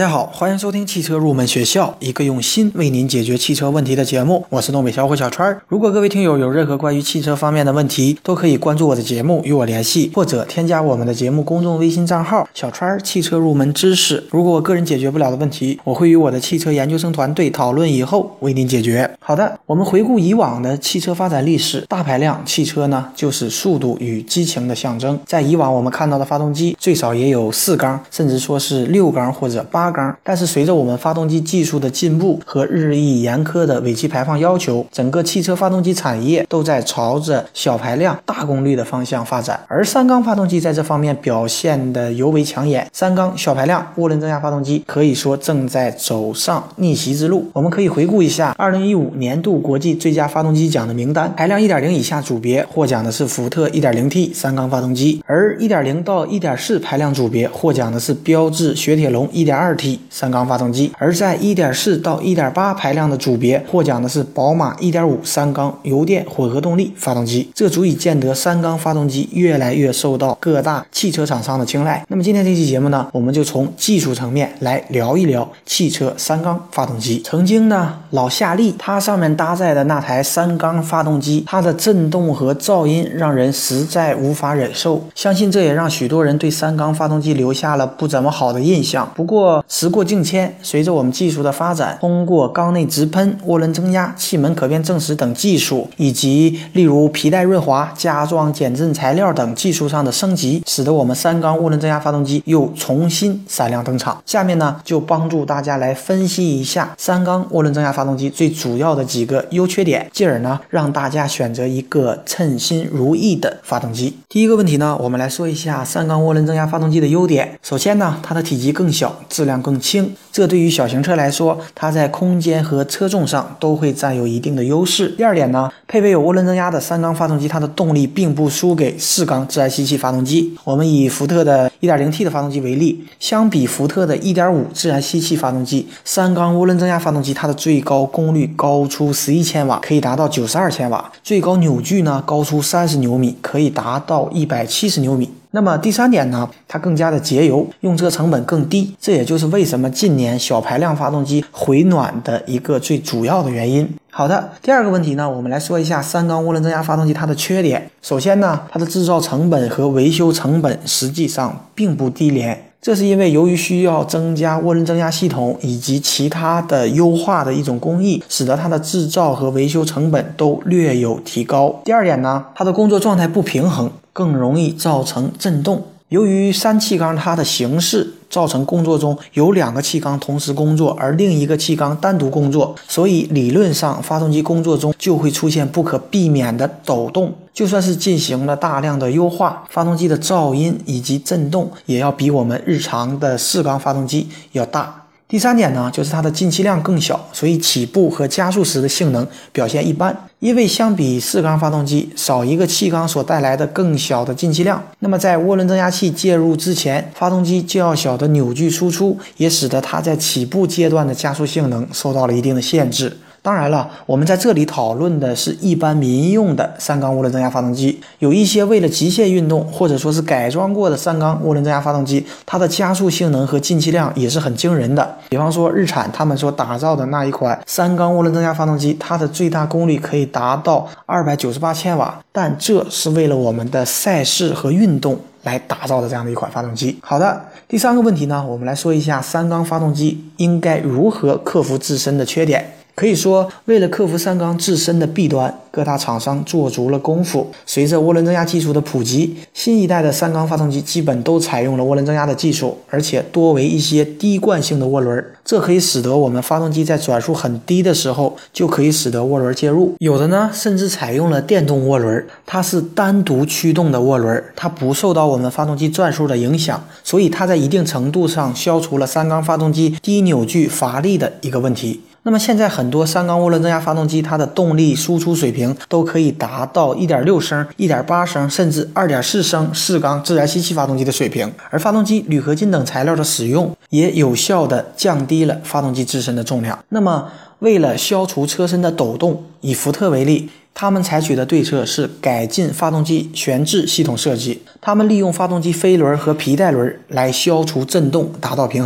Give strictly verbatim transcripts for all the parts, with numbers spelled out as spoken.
大家好，欢迎收听汽车入门学校，一个用心为您解决汽车问题的节目。我是东北小伙小川。如果各位听友有任何关于汽车方面的问题，都可以关注我的节目与我联系，或者添加我们的节目公众微信账号小川汽车入门知识。如果我个人解决不了的问题，我会与我的汽车研究生团队讨论以后为您解决。好的，我们回顾以往的汽车发展历史，大排量汽车呢就是速度与激情的象征。在以往我们看到的发动机最少也有四缸，甚至说是六缸或者八缸，但是随着我们发动机技术的进步和日益严苛的尾气排放要求，整个汽车发动机产业都在朝着小排量大功率的方向发展，而三缸发动机在这方面表现的尤为抢眼。三缸小排量涡轮增压发动机可以说正在走上逆袭之路。我们可以回顾一下二零一五年度国际最佳发动机奖的名单，排量 一点零 以下组别获奖的是福特 一点零 T 三缸发动机，而 一点零 到 一点四 排量组别获奖的是标致雪铁龙 一点二 T 三缸发动机，而在 一点四 到 一点八 排量的组别获奖的是宝马 一点五 三缸油电混合动力发动机。这足以见得三缸发动机越来越受到各大汽车厂商的青睐。那么今天这期节目呢，我们就从技术层面来聊一聊汽车三缸发动机。曾经呢，老夏利它上面搭载的那台三缸发动机，它的震动和噪音让人实在无法忍受，相信这也让许多人对三缸发动机留下了不怎么好的印象。不过时过境迁，随着我们技术的发展，通过缸内直喷、涡轮增压、气门可变正时等技术，以及例如皮带润滑、加装减震材料等技术上的升级，使得我们三缸涡轮增压发动机又重新闪亮登场。下面呢，就帮助大家来分析一下三缸涡轮增压发动机最主要的几个优缺点，进而呢，让大家选择一个称心如意的发动机。第一个问题呢，我们来说一下三缸涡轮增压发动机的优点。首先呢，它的体积更小，质量更轻，这对于小型车来说，它在空间和车重上都会占有一定的优势。第二点呢，配备有涡轮增压的三缸发动机，它的动力并不输给四缸自然吸气发动机。我们以福特的 一点零 T 的发动机为例，相比福特的 一点五 自然吸气发动机，三缸涡轮增压发动机它的最高功率高出十一千瓦，可以达到九十二千瓦，最高扭矩呢高出三十牛米，可以达到一百七十牛米。那么第三点呢，它更加的节油，用车成本更低，这也就是为什么近年小排量发动机回暖的一个最主要的原因。好的，第二个问题呢，我们来说一下三缸涡轮增压发动机它的缺点。首先呢，它的制造成本和维修成本实际上并不低廉，这是因为由于需要增加涡轮增压系统以及其他的优化的一种工艺，使得它的制造和维修成本都略有提高。第二点呢，它的工作状态不平衡，更容易造成震动。由于三气缸它的形式造成工作中有两个气缸同时工作，而另一个气缸单独工作，所以理论上发动机工作中就会出现不可避免的抖动。就算是进行了大量的优化，发动机的噪音以及震动也要比我们日常的四缸发动机要大。第三点呢，就是它的进气量更小，所以起步和加速时的性能表现一般。因为相比四缸发动机，少一个气缸所带来的更小的进气量，那么在涡轮增压器介入之前，发动机较小的扭矩输出也使得它在起步阶段的加速性能受到了一定的限制。当然了，我们在这里讨论的是一般民用的三缸涡轮增压发动机，有一些为了极限运动或者说是改装过的三缸涡轮增压发动机，它的加速性能和进气量也是很惊人的。比方说日产他们所打造的那一款三缸涡轮增压发动机，它的最大功率可以达到二百九十八千瓦，但这是为了我们的赛事和运动来打造的这样的一款发动机。好的，第三个问题呢，我们来说一下三缸发动机应该如何克服自身的缺点。可以说，为了克服三缸自身的弊端，各大厂商做足了功夫。随着涡轮增压技术的普及，新一代的三缸发动机基本都采用了涡轮增压的技术，而且多为一些低惯性的涡轮，这可以使得我们发动机在转速很低的时候就可以使得涡轮介入。有的呢，甚至采用了电动涡轮，它是单独驱动的涡轮，它不受到我们发动机转速的影响，所以它在一定程度上消除了三缸发动机低扭矩乏力的一个问题。那么现在很多三缸涡轮增压发动机，它的动力输出水平都可以达到 一点六升、一点八升甚至 二点四升四缸自然吸气发动机的水平，而发动机铝合金等材料的使用也有效地降低了发动机自身的重量。那么为了消除车身的抖动，以福特为例，他们采取的对策是改进发动机悬置系统设计，他们利用发动机飞轮和皮带轮来消除震动，达到平衡。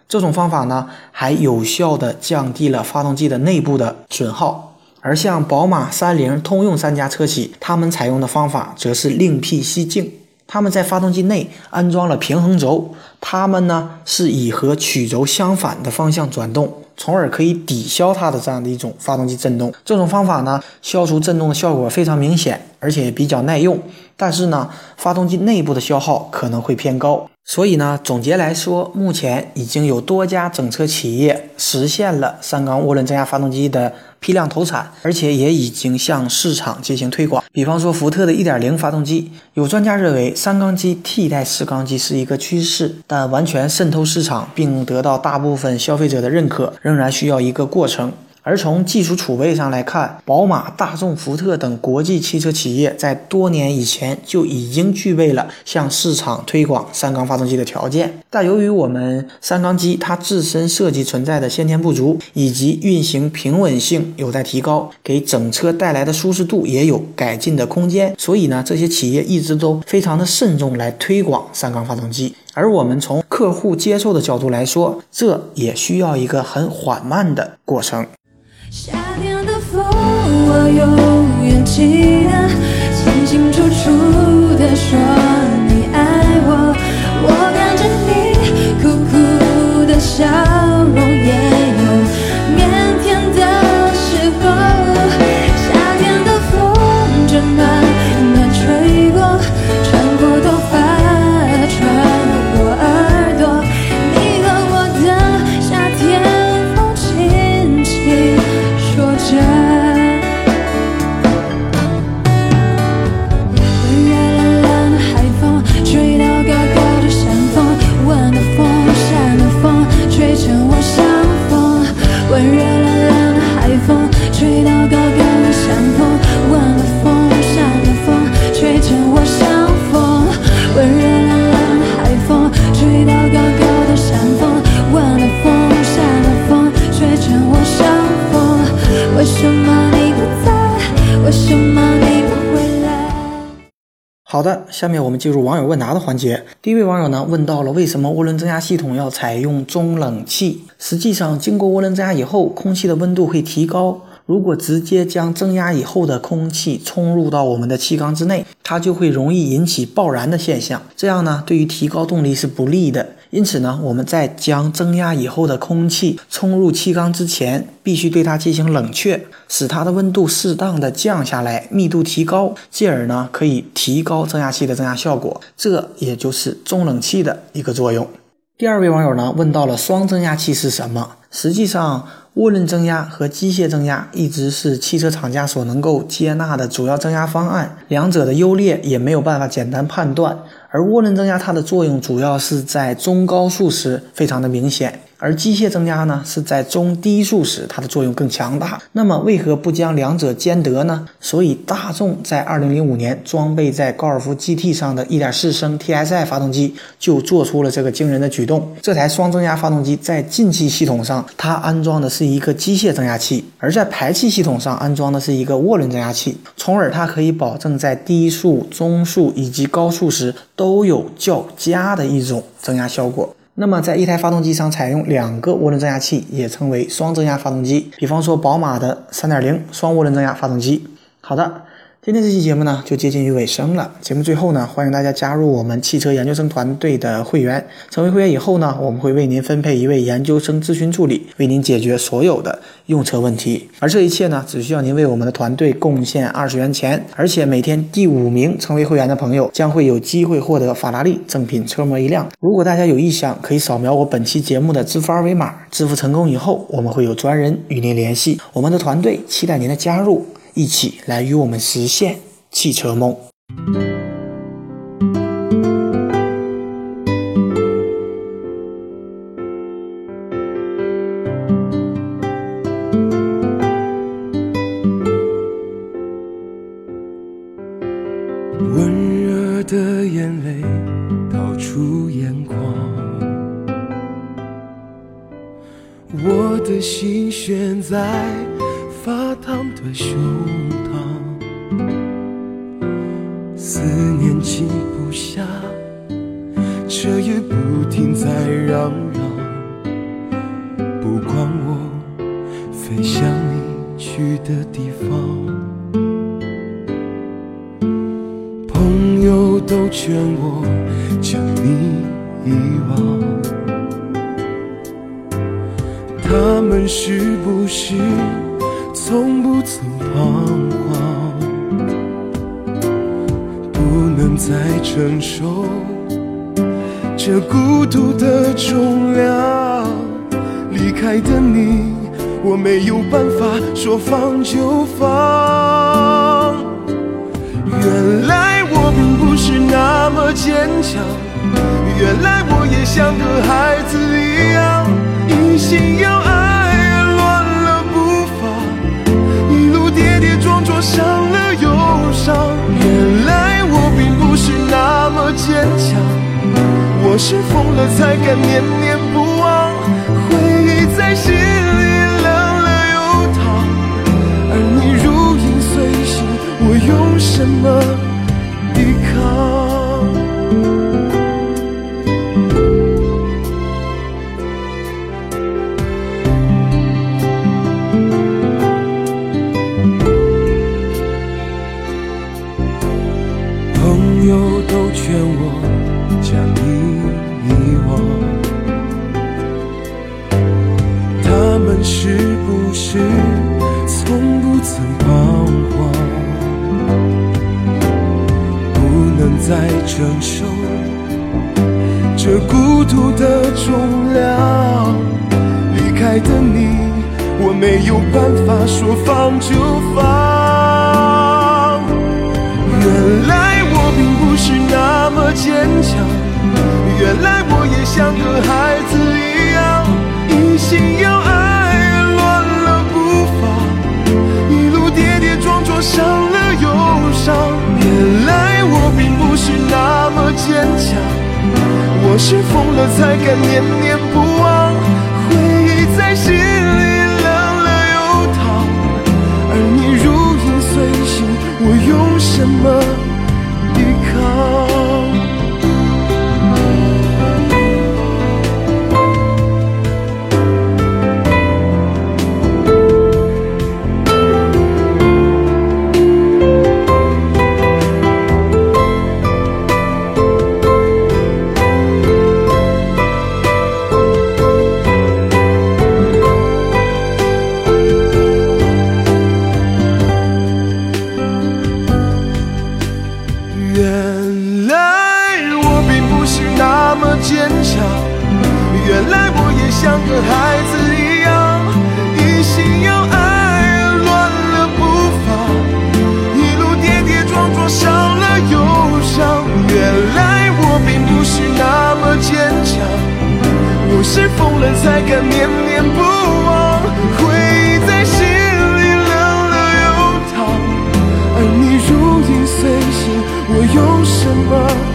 这种方法呢，还有效的降低了发动机的内部的损耗。而像宝马、三菱、通用三家车企，他们采用的方法则是另辟蹊径。他们在发动机内安装了平衡轴，它们呢是以和曲轴相反的方向转动，从而可以抵消它的这样的一种发动机震动。这种方法呢，消除震动的效果非常明显，而且也比较耐用，但是呢，发动机内部的消耗可能会偏高。所以呢，总结来说，目前已经有多家整车企业实现了三缸涡轮增压发动机的批量投产，而且也已经向市场进行推广。比方说福特的 一点零 发动机，有专家认为三缸机替代四缸机是一个趋势，但完全渗透市场并得到大部分消费者的认可，仍然需要一个过程。而从技术储备上来看，宝马、大众、福特等国际汽车企业在多年以前就已经具备了向市场推广三缸发动机的条件。但由于我们三缸机它自身设计存在的先天不足，以及运行平稳性有待提高，给整车带来的舒适度也有改进的空间，所以呢，这些企业一直都非常的慎重来推广三缸发动机。而我们从客户接受的角度来说，这也需要一个很缓慢的过程。 夏天的风，我永远记得，清清楚楚地说你爱我，我看着你苦苦的笑容，也有腼腆的时候。夏天的风正暖暖吹过，穿过头发，穿过耳朵，你和我的夏天风轻轻说着，温热冷冷的海风吹到高高的山峰，温的风山的风吹成我相逢。温热冷冷的海风吹到高高的山峰，温的风山的风吹成我相逢。温热冷冷的海风吹到高高的山峰，温的风山的风吹成我相逢。为什么你不在？为什么你不回来？ 好的，下面我们进入网友问答的环节。第一位网友呢问到了为什么涡轮增压系统要采用中冷器？实际上，经过涡轮增压以后，空气的温度会提高。如果直接将增压以后的空气冲入到我们的气缸之内，它就会容易引起爆燃的现象，这样呢，对于提高动力是不利的。因此呢，我们在将增压以后的空气冲入气缸之前，必须对它进行冷却，使它的温度适当的降下来，密度提高，进而呢可以提高增压器的增压效果，这也就是中冷器的一个作用。第二位网友呢问到了双增压器是什么？实际上，涡轮增压和机械增压一直是汽车厂家所能够接纳的主要增压方案，两者的优劣也没有办法简单判断。而涡轮增压它的作用主要是在中高速时非常的明显，而机械增压呢是在中低速时它的作用更强大。那么为何不将两者兼得呢？所以大众在二零零五年装备在高尔夫 G T 上的 一点四 升 T S I 发动机就做出了这个惊人的举动。这台双增压发动机在进气系统上它安装的是一个机械增压器，而在排气系统上安装的是一个涡轮增压器，从而它可以保证在低速、中速以及高速时都有较佳的一种增压效果。那么在一台发动机上采用两个涡轮增压器也称为双增压发动机，比方说宝马的 三点零 双涡轮增压发动机。好的，今天这期节目呢就接近于尾声了。节目最后呢，欢迎大家加入我们汽车研究生团队的会员。成为会员以后呢，我们会为您分配一位研究生咨询助理，为您解决所有的用车问题。而这一切呢，只需要您为我们的团队贡献二十元钱，而且每天第五名成为会员的朋友将会有机会获得法拉利正品车模一辆。如果大家有意向，可以扫描我本期节目的支付二维码，支付成功以后，我们会有专人与您联系。我们的团队期待您的加入，一起来与我们实现汽车梦。 温热的眼泪逃出眼眶，我的心悬在发烫的胸膛，思念静不下，彻夜不停在嚷嚷。 在想你去的地方。朋友都劝我将你遗忘，他们是不是从不曾彷徨，不能再承受这孤独的重量。离开的你，我没有办法说放就放。原来我并不是那么坚强，原来我也像个孩子一样，一心要爱乱了步伐，一路跌跌撞撞伤了忧伤。原来我并不是那么坚强，我是疯了才敢念念不忘，回忆在心里冷了又烫，而你如影随形，我用什么抵抗？朋友都劝我将你遗忘，他们是不是从不曾彷徨，不能再承受这孤独的重量。离开的你，我没有办法说放就放。原来我并不是那么坚强，原来我也像个孩子一样，一心要爱乱了步伐，一路跌跌撞撞伤了忧伤。原来我并不是那么坚强，我是疯了才敢念念不忘，回忆在心里冷了又烫，而你如影随形，我用什么抵抗？原来我并不是那么坚强，原来我也像个孩子一样，一心要爱乱了步伐，一路跌跌撞撞伤了忧伤。原来我并不是那么坚强，我是疯了才敢念念不忘，回忆在心里冷了又烫，而你如影随形，我用什么